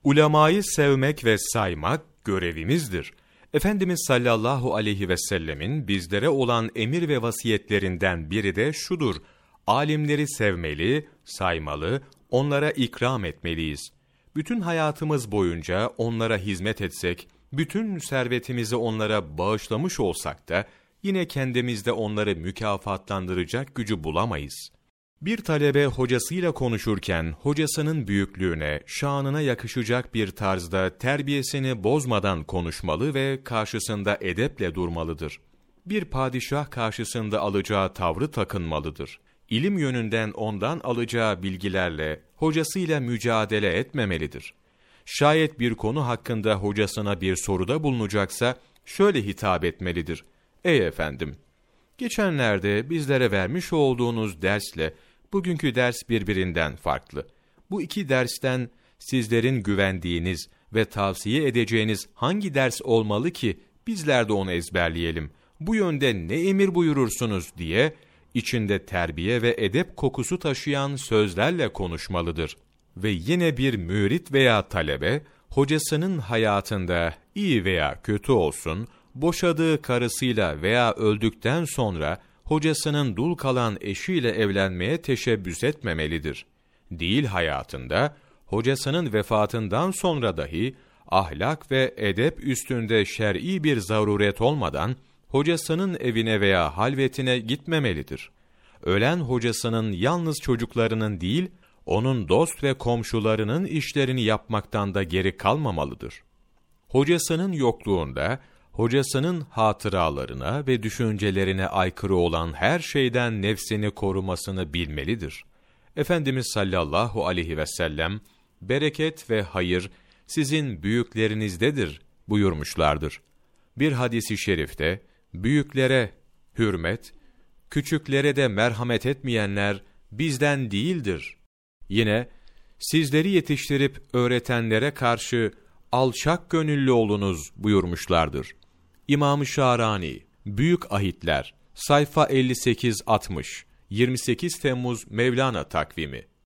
Ulemayı sevmek ve saymak görevimizdir. Efendimiz sallallahu aleyhi ve sellemin bizlere olan emir ve vasiyetlerinden biri de şudur: alimleri sevmeli, saymalı, onlara ikram etmeliyiz. Bütün hayatımız boyunca onlara hizmet etsek, bütün servetimizi onlara bağışlamış olsak da, yine kendimizde onları mükafatlandıracak gücü bulamayız. Bir talebe hocasıyla konuşurken, hocasının büyüklüğüne, şanına yakışacak bir tarzda terbiyesini bozmadan konuşmalı ve karşısında edeple durmalıdır. Bir padişah karşısında alacağı tavrı takınmalıdır. İlim yönünden ondan alacağı bilgilerle, hocasıyla mücadele etmemelidir. Şayet bir konu hakkında hocasına bir soruda bulunacaksa, şöyle hitap etmelidir: Ey efendim! Geçenlerde bizlere vermiş olduğunuz dersle bugünkü ders birbirinden farklı. Bu iki dersten sizlerin güvendiğiniz ve tavsiye edeceğiniz hangi ders olmalı ki bizler de onu ezberleyelim? Bu yönde ne emir buyurursunuz diye içinde terbiye ve edep kokusu taşıyan sözlerle konuşmalıdır. Ve yine bir mürit veya talebe, hocasının hayatında iyi veya kötü olsun, boşadığı karısıyla veya öldükten sonra hocasının dul kalan eşiyle evlenmeye teşebbüs etmemelidir. Değil hayatında, hocasının vefatından sonra dahi ahlak ve edep üstünde şer'i bir zaruret olmadan hocasının evine veya halvetine gitmemelidir. Ölen hocasının yalnız çocuklarının değil, onun dost ve komşularının işlerini yapmaktan da geri kalmamalıdır. Hocasının yokluğunda, hocasının hatıralarına ve düşüncelerine aykırı olan her şeyden nefsini korumasını bilmelidir. Efendimiz sallallahu aleyhi ve sellem, bereket ve hayır sizin büyüklerinizdedir buyurmuşlardır. Bir hadis-i şerifte, büyüklere hürmet, küçüklere de merhamet etmeyenler bizden değildir. Yine, sizleri yetiştirip öğretenlere karşı alçak gönüllü olunuz buyurmuşlardır. İmam-ı Şarani, Büyük Ahitler, sayfa 58-60, 28 Temmuz Mevlana takvimi.